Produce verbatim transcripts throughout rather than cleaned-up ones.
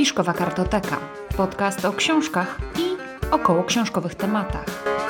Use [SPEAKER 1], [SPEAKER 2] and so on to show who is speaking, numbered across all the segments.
[SPEAKER 1] Fiszkowa Kartoteka. Podcast o książkach i około książkowych tematach.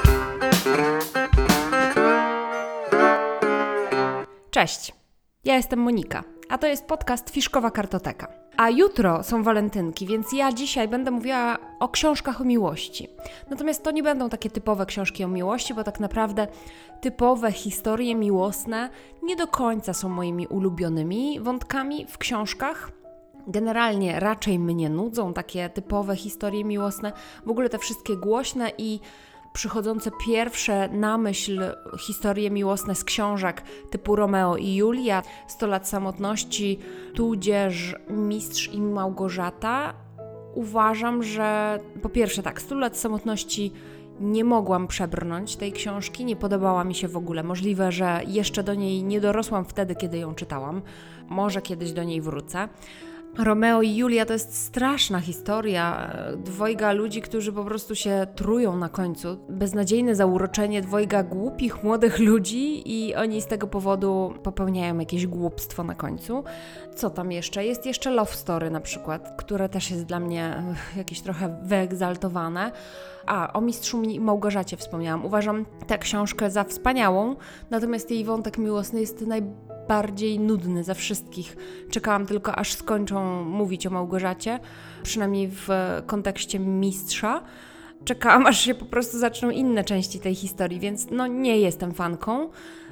[SPEAKER 1] Cześć, ja jestem Monika, a to jest podcast Fiszkowa Kartoteka. A jutro są walentynki, więc ja dzisiaj będę mówiła o książkach o miłości. Natomiast to nie będą takie typowe książki o miłości, bo tak naprawdę typowe historie miłosne nie do końca są moimi ulubionymi wątkami w książkach. Generalnie raczej mnie nudzą takie typowe historie miłosne, w ogóle te wszystkie głośne i przychodzące pierwsze na myśl historie miłosne z książek typu Romeo i Julia, sto lat samotności, tudzież Mistrz i Małgorzata. Uważam, że po pierwsze tak, sto lat samotności nie mogłam przebrnąć tej książki, nie podobała mi się w ogóle. Możliwe, że jeszcze do niej nie dorosłam wtedy, kiedy ją czytałam. Może kiedyś do niej wrócę. Romeo i Julia to jest straszna historia dwojga ludzi, którzy po prostu się trują na końcu. Beznadziejne zauroczenie dwojga głupich, młodych ludzi i oni z tego powodu popełniają jakieś głupstwo na końcu. Co tam jeszcze? Jest jeszcze Love Story na przykład, które też jest dla mnie jakieś trochę wyegzaltowane. A, o Mistrzu i Małgorzacie wspomniałam. Uważam tę książkę za wspaniałą, natomiast jej wątek miłosny jest najbardziej nudny ze wszystkich. Czekałam tylko, aż skończą mówić o Małgorzacie, przynajmniej w kontekście Mistrza. Czekałam, aż się po prostu zaczną inne części tej historii, więc no nie jestem fanką.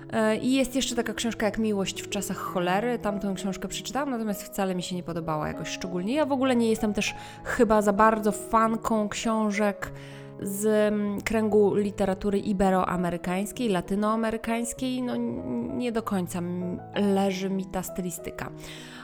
[SPEAKER 1] I jest jeszcze taka książka jak Miłość w czasach cholery. Tamtą książkę przeczytałam, natomiast wcale mi się nie podobała jakoś szczególnie. Ja w ogóle nie jestem też chyba za bardzo fanką książek z kręgu literatury iberoamerykańskiej, latynoamerykańskiej. No nie do końca leży mi ta stylistyka.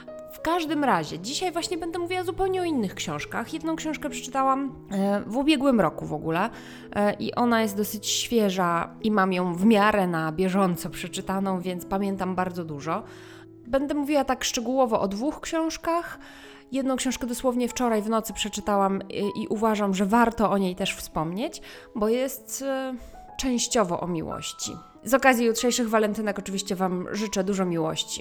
[SPEAKER 1] W każdym razie, dzisiaj właśnie będę mówiła zupełnie o innych książkach. Jedną książkę przeczytałam w ubiegłym roku w ogóle i ona jest dosyć świeża i mam ją w miarę na bieżąco przeczytaną, więc pamiętam bardzo dużo. Będę mówiła tak szczegółowo o dwóch książkach. Jedną książkę dosłownie wczoraj w nocy przeczytałam i, i uważam, że warto o niej też wspomnieć, bo jest e, częściowo o miłości. Z okazji jutrzejszych walentynek oczywiście Wam życzę dużo miłości.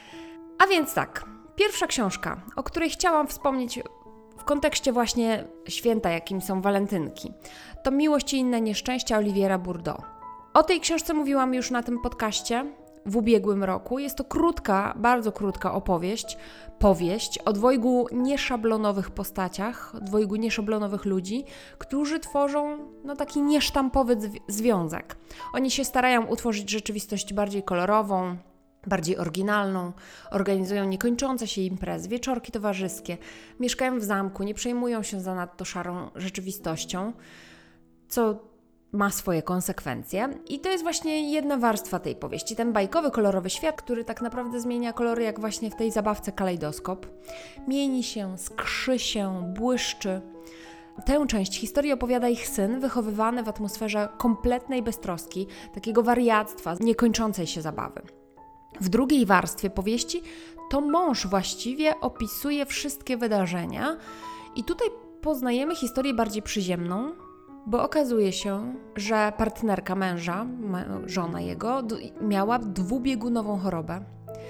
[SPEAKER 1] A więc tak, pierwsza książka, o której chciałam wspomnieć w kontekście właśnie święta, jakim są walentynki, to Miłość i inne nieszczęścia Oliviera Bourdeau. O tej książce mówiłam już na tym podcaście w ubiegłym roku. Jest to krótka, bardzo krótka opowieść, powieść o dwojgu nieszablonowych postaciach, dwojgu nieszablonowych ludzi, którzy tworzą no, taki niesztampowy zwi- związek. Oni się starają utworzyć rzeczywistość bardziej kolorową, bardziej oryginalną, organizują niekończące się imprezy, wieczorki towarzyskie, mieszkają w zamku, nie przejmują się zanadto szarą rzeczywistością, co ma swoje konsekwencje. I to jest właśnie jedna warstwa tej powieści. Ten bajkowy, kolorowy świat, który tak naprawdę zmienia kolory jak właśnie w tej zabawce kalejdoskop. Mieni się, skrzy się, błyszczy. Tę część historii opowiada ich syn, wychowywany w atmosferze kompletnej beztroski, takiego wariactwa, niekończącej się zabawy. W drugiej warstwie powieści to mąż właściwie opisuje wszystkie wydarzenia i tutaj poznajemy historię bardziej przyziemną, bo okazuje się, że partnerka męża, żona jego, miała dwubiegunową chorobę.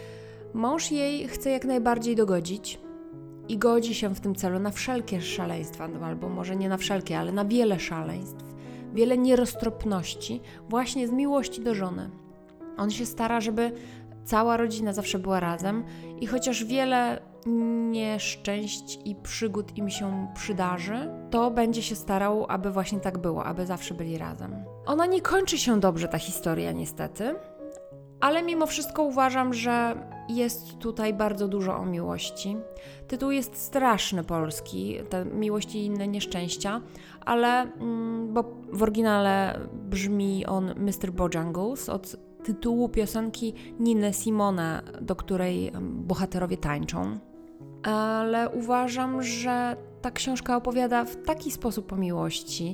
[SPEAKER 1] Mąż jej chce jak najbardziej dogodzić i godzi się w tym celu na wszelkie szaleństwa, albo może nie na wszelkie, ale na wiele szaleństw, wiele nieroztropności, właśnie z miłości do żony. On się stara, żeby cała rodzina zawsze była razem i chociaż wiele nieszczęść i przygód im się przydarzy, to będzie się starał, aby właśnie tak było, aby zawsze byli razem. Ona nie kończy się dobrze, ta historia niestety, ale mimo wszystko uważam, że jest tutaj bardzo dużo o miłości. Tytuł jest straszny polski, te Miłość i inne nieszczęścia, ale mm, bo w oryginale brzmi on mister Bojangles od tytułu piosenki Niny Simone, do której bohaterowie tańczą. Ale uważam, że ta książka opowiada w taki sposób o miłości,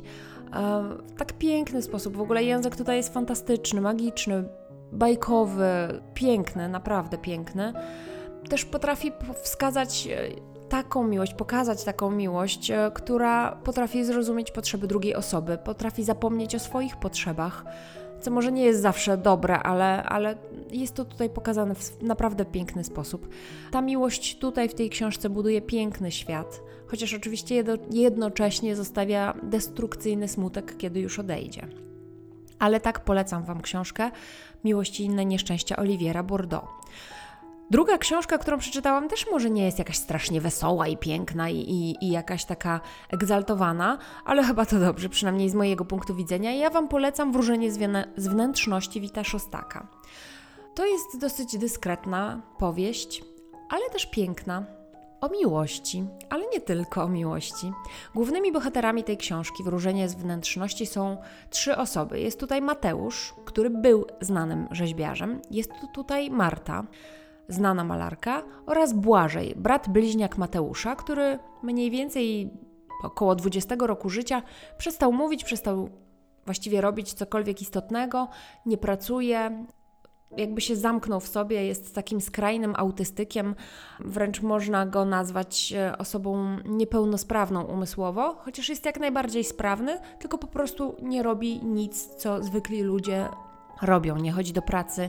[SPEAKER 1] w tak piękny sposób. W ogóle język tutaj jest fantastyczny, magiczny, bajkowy, piękny, naprawdę piękny. Też potrafi wskazać taką miłość, pokazać taką miłość, która potrafi zrozumieć potrzeby drugiej osoby, potrafi zapomnieć o swoich potrzebach, książce może nie jest zawsze dobre, ale, ale jest to tutaj pokazane w naprawdę piękny sposób. Ta miłość tutaj w tej książce buduje piękny świat, chociaż oczywiście jedno, jednocześnie zostawia destrukcyjny smutek, kiedy już odejdzie. Ale tak polecam Wam książkę Miłość i inne nieszczęścia Oliviera Bourdeau. Druga książka, którą przeczytałam, też może nie jest jakaś strasznie wesoła i piękna i, i, i jakaś taka egzaltowana, ale chyba to dobrze, przynajmniej z mojego punktu widzenia. Ja Wam polecam Wróżenie z, wiene- z wnętrzności Vita Szostaka. To jest dosyć dyskretna powieść, ale też piękna. O miłości, ale nie tylko o miłości. Głównymi bohaterami tej książki Wróżenie z wnętrzności są trzy osoby. Jest tutaj Mateusz, który był znanym rzeźbiarzem. Jest tu tutaj Marta, znana malarka, oraz Błażej, brat bliźniak Mateusza, który mniej więcej około dwudziestego roku życia przestał mówić, przestał właściwie robić cokolwiek istotnego, nie pracuje, jakby się zamknął w sobie, jest takim skrajnym autystykiem, wręcz można go nazwać osobą niepełnosprawną umysłowo, chociaż jest jak najbardziej sprawny, tylko po prostu nie robi nic, co zwykli ludzie robią. Nie chodzi do pracy,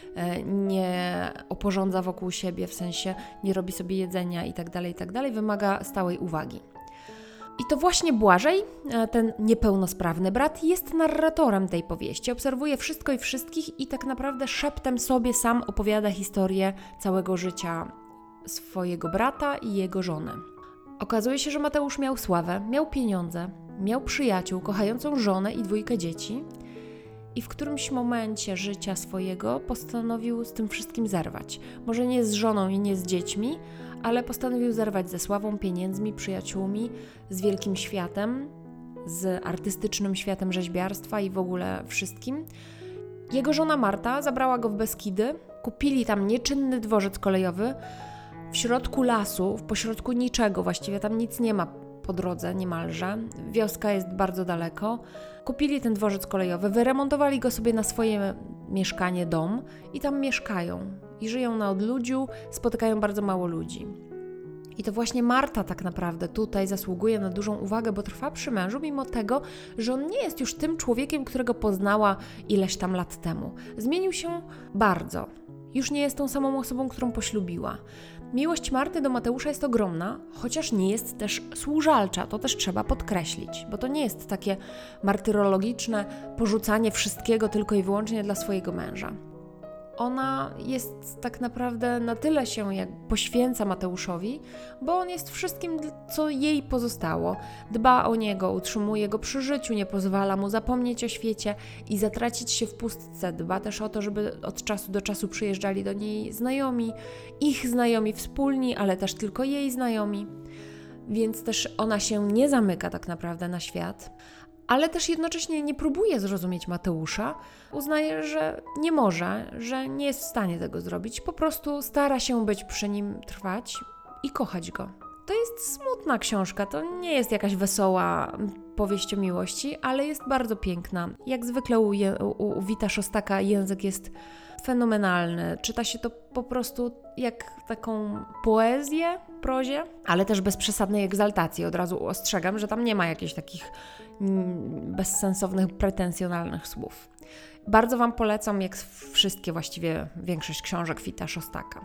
[SPEAKER 1] nie oporządza wokół siebie, w sensie nie robi sobie jedzenia i tak dalej, i tak dalej, wymaga stałej uwagi. I to właśnie Błażej, ten niepełnosprawny brat, jest narratorem tej powieści. Obserwuje wszystko i wszystkich i tak naprawdę szeptem sobie sam opowiada historię całego życia swojego brata i jego żony. Okazuje się, że Mateusz miał sławę, miał pieniądze, miał przyjaciół, kochającą żonę i dwójkę dzieci i w którymś momencie życia swojego postanowił z tym wszystkim zerwać. Może nie z żoną i nie z dziećmi, ale postanowił zerwać ze sławą, pieniędzmi, przyjaciółmi, z wielkim światem, z artystycznym światem rzeźbiarstwa i w ogóle wszystkim. Jego żona Marta zabrała go w Beskidy, kupili tam nieczynny dworzec kolejowy w środku lasu, w pośrodku niczego, właściwie tam nic nie ma po drodze niemalże, wioska jest bardzo daleko. Kupili ten dworzec kolejowy, wyremontowali go sobie na swoje mieszkanie, dom i tam mieszkają. I żyją na odludziu, spotykają bardzo mało ludzi. I to właśnie Marta tak naprawdę tutaj zasługuje na dużą uwagę, bo trwa przy mężu, mimo tego, że on nie jest już tym człowiekiem, którego poznała ileś tam lat temu. Zmienił się bardzo. Już nie jest tą samą osobą, którą poślubiła. Miłość Marty do Mateusza jest ogromna, chociaż nie jest też służalcza, to też trzeba podkreślić, bo to nie jest takie martyrologiczne porzucanie wszystkiego tylko i wyłącznie dla swojego męża. Ona jest tak naprawdę na tyle się jak poświęca Mateuszowi, bo on jest wszystkim, co jej pozostało. Dba o niego, utrzymuje go przy życiu, nie pozwala mu zapomnieć o świecie i zatracić się w pustce. Dba też o to, żeby od czasu do czasu przyjeżdżali do niej znajomi, ich znajomi wspólni, ale też tylko jej znajomi. Więc też ona się nie zamyka tak naprawdę na świat. Ale też jednocześnie nie próbuje zrozumieć Mateusza, uznaje, że nie może, że nie jest w stanie tego zrobić, po prostu stara się być przy nim, trwać i kochać go. To jest smutna książka, to nie jest jakaś wesoła powieść o miłości, ale jest bardzo piękna. Jak zwykle u, je, u, u Vita Szostaka język jest fenomenalny, czyta się to po prostu jak taką poezję w prozie, ale też bez przesadnej egzaltacji. Od razu ostrzegam, że tam nie ma jakichś takich bezsensownych, pretensjonalnych słów. Bardzo Wam polecam, jak wszystkie właściwie, większość książek Vita Szostaka.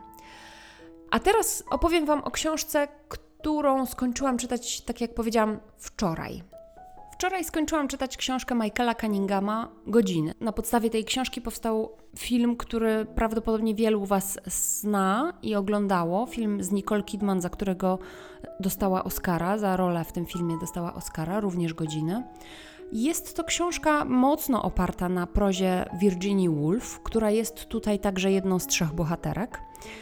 [SPEAKER 1] A teraz opowiem Wam o książce, którą skończyłam czytać, tak jak powiedziałam, wczoraj. Wczoraj skończyłam czytać książkę Michaela Cunninghama Godziny. Na podstawie tej książki powstał film, który prawdopodobnie wielu Was zna i oglądało. Film z Nicole Kidman, za którego dostała Oscara, za rolę w tym filmie dostała Oscara, również Godziny. Jest to książka mocno oparta na prozie Virginia Woolf, która jest tutaj także jedną z trzech bohaterek.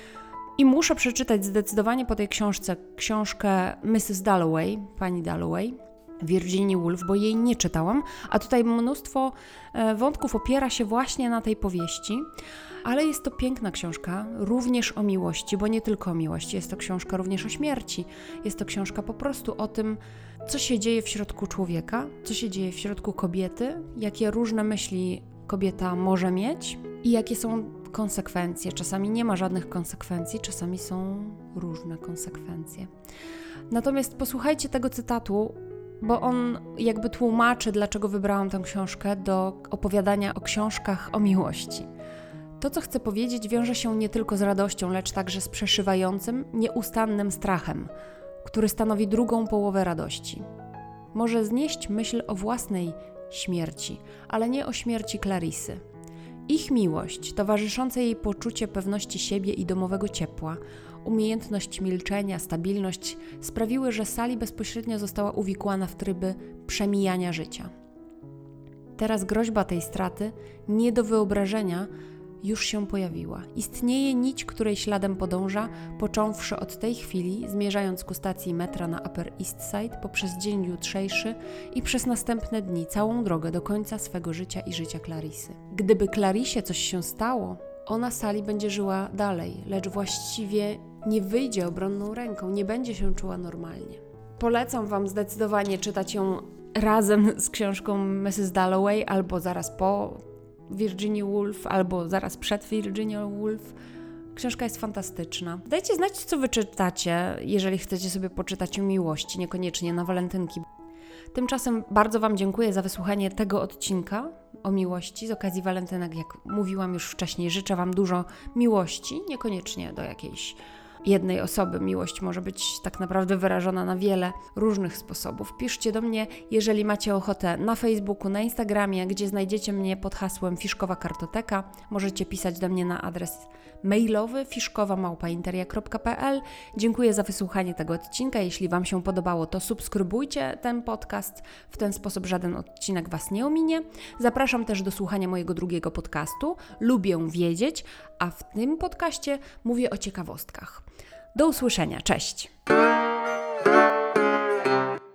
[SPEAKER 1] I muszę przeczytać zdecydowanie po tej książce książkę missus Dalloway, pani Dalloway, Virginia Woolf, bo jej nie czytałam, a tutaj mnóstwo wątków opiera się właśnie na tej powieści, ale jest to piękna książka, również o miłości, bo nie tylko o miłości, jest to książka również o śmierci, jest to książka po prostu o tym, co się dzieje w środku człowieka, co się dzieje w środku kobiety, jakie różne myśli kobieta może mieć i jakie są konsekwencje. Czasami nie ma żadnych konsekwencji, czasami są różne konsekwencje. Natomiast posłuchajcie tego cytatu, bo on jakby tłumaczy, dlaczego wybrałam tę książkę do opowiadania o książkach o miłości. To, co chcę powiedzieć, wiąże się nie tylko z radością, lecz także z przeszywającym, nieustannym strachem, który stanowi drugą połowę radości. Może znieść myśl o własnej śmierci, ale nie o śmierci Clarissy. Ich miłość, towarzyszące jej poczucie pewności siebie i domowego ciepła, umiejętność milczenia, stabilność sprawiły, że Sally bezpośrednio została uwikłana w tryby przemijania życia. Teraz groźba tej straty, nie do wyobrażenia, już się pojawiła. Istnieje nić, której śladem podąża, począwszy od tej chwili, zmierzając ku stacji metra na Upper East Side, poprzez dzień jutrzejszy i przez następne dni, całą drogę do końca swego życia i życia Clarissy. Gdyby Clarissie coś się stało, ona, Sally, będzie żyła dalej, lecz właściwie nie wyjdzie obronną ręką, nie będzie się czuła normalnie. Polecam Wam zdecydowanie czytać ją razem z książką missus Dalloway albo zaraz po Virginia Woolf, albo zaraz przed Virginia Woolf. Książka jest fantastyczna. Dajcie znać, co wy czytacie, jeżeli chcecie sobie poczytać o miłości, niekoniecznie na walentynki. Tymczasem bardzo Wam dziękuję za wysłuchanie tego odcinka o miłości z okazji walentynek. Jak mówiłam już wcześniej, życzę Wam dużo miłości, niekoniecznie do jakiejś jednej osoby. Miłość może być tak naprawdę wyrażona na wiele różnych sposobów. Piszcie do mnie, jeżeli macie ochotę, na Facebooku, na Instagramie, gdzie znajdziecie mnie pod hasłem Fiszkowa Kartoteka. Możecie pisać do mnie na adres mailowy fiszkowa małpa interia kropka pe el. Dziękuję za wysłuchanie tego odcinka. Jeśli Wam się podobało, to subskrybujcie ten podcast. W ten sposób żaden odcinek Was nie ominie. Zapraszam też do słuchania mojego drugiego podcastu Lubię wiedzieć, a w tym podcaście mówię o ciekawostkach. Do usłyszenia. Cześć!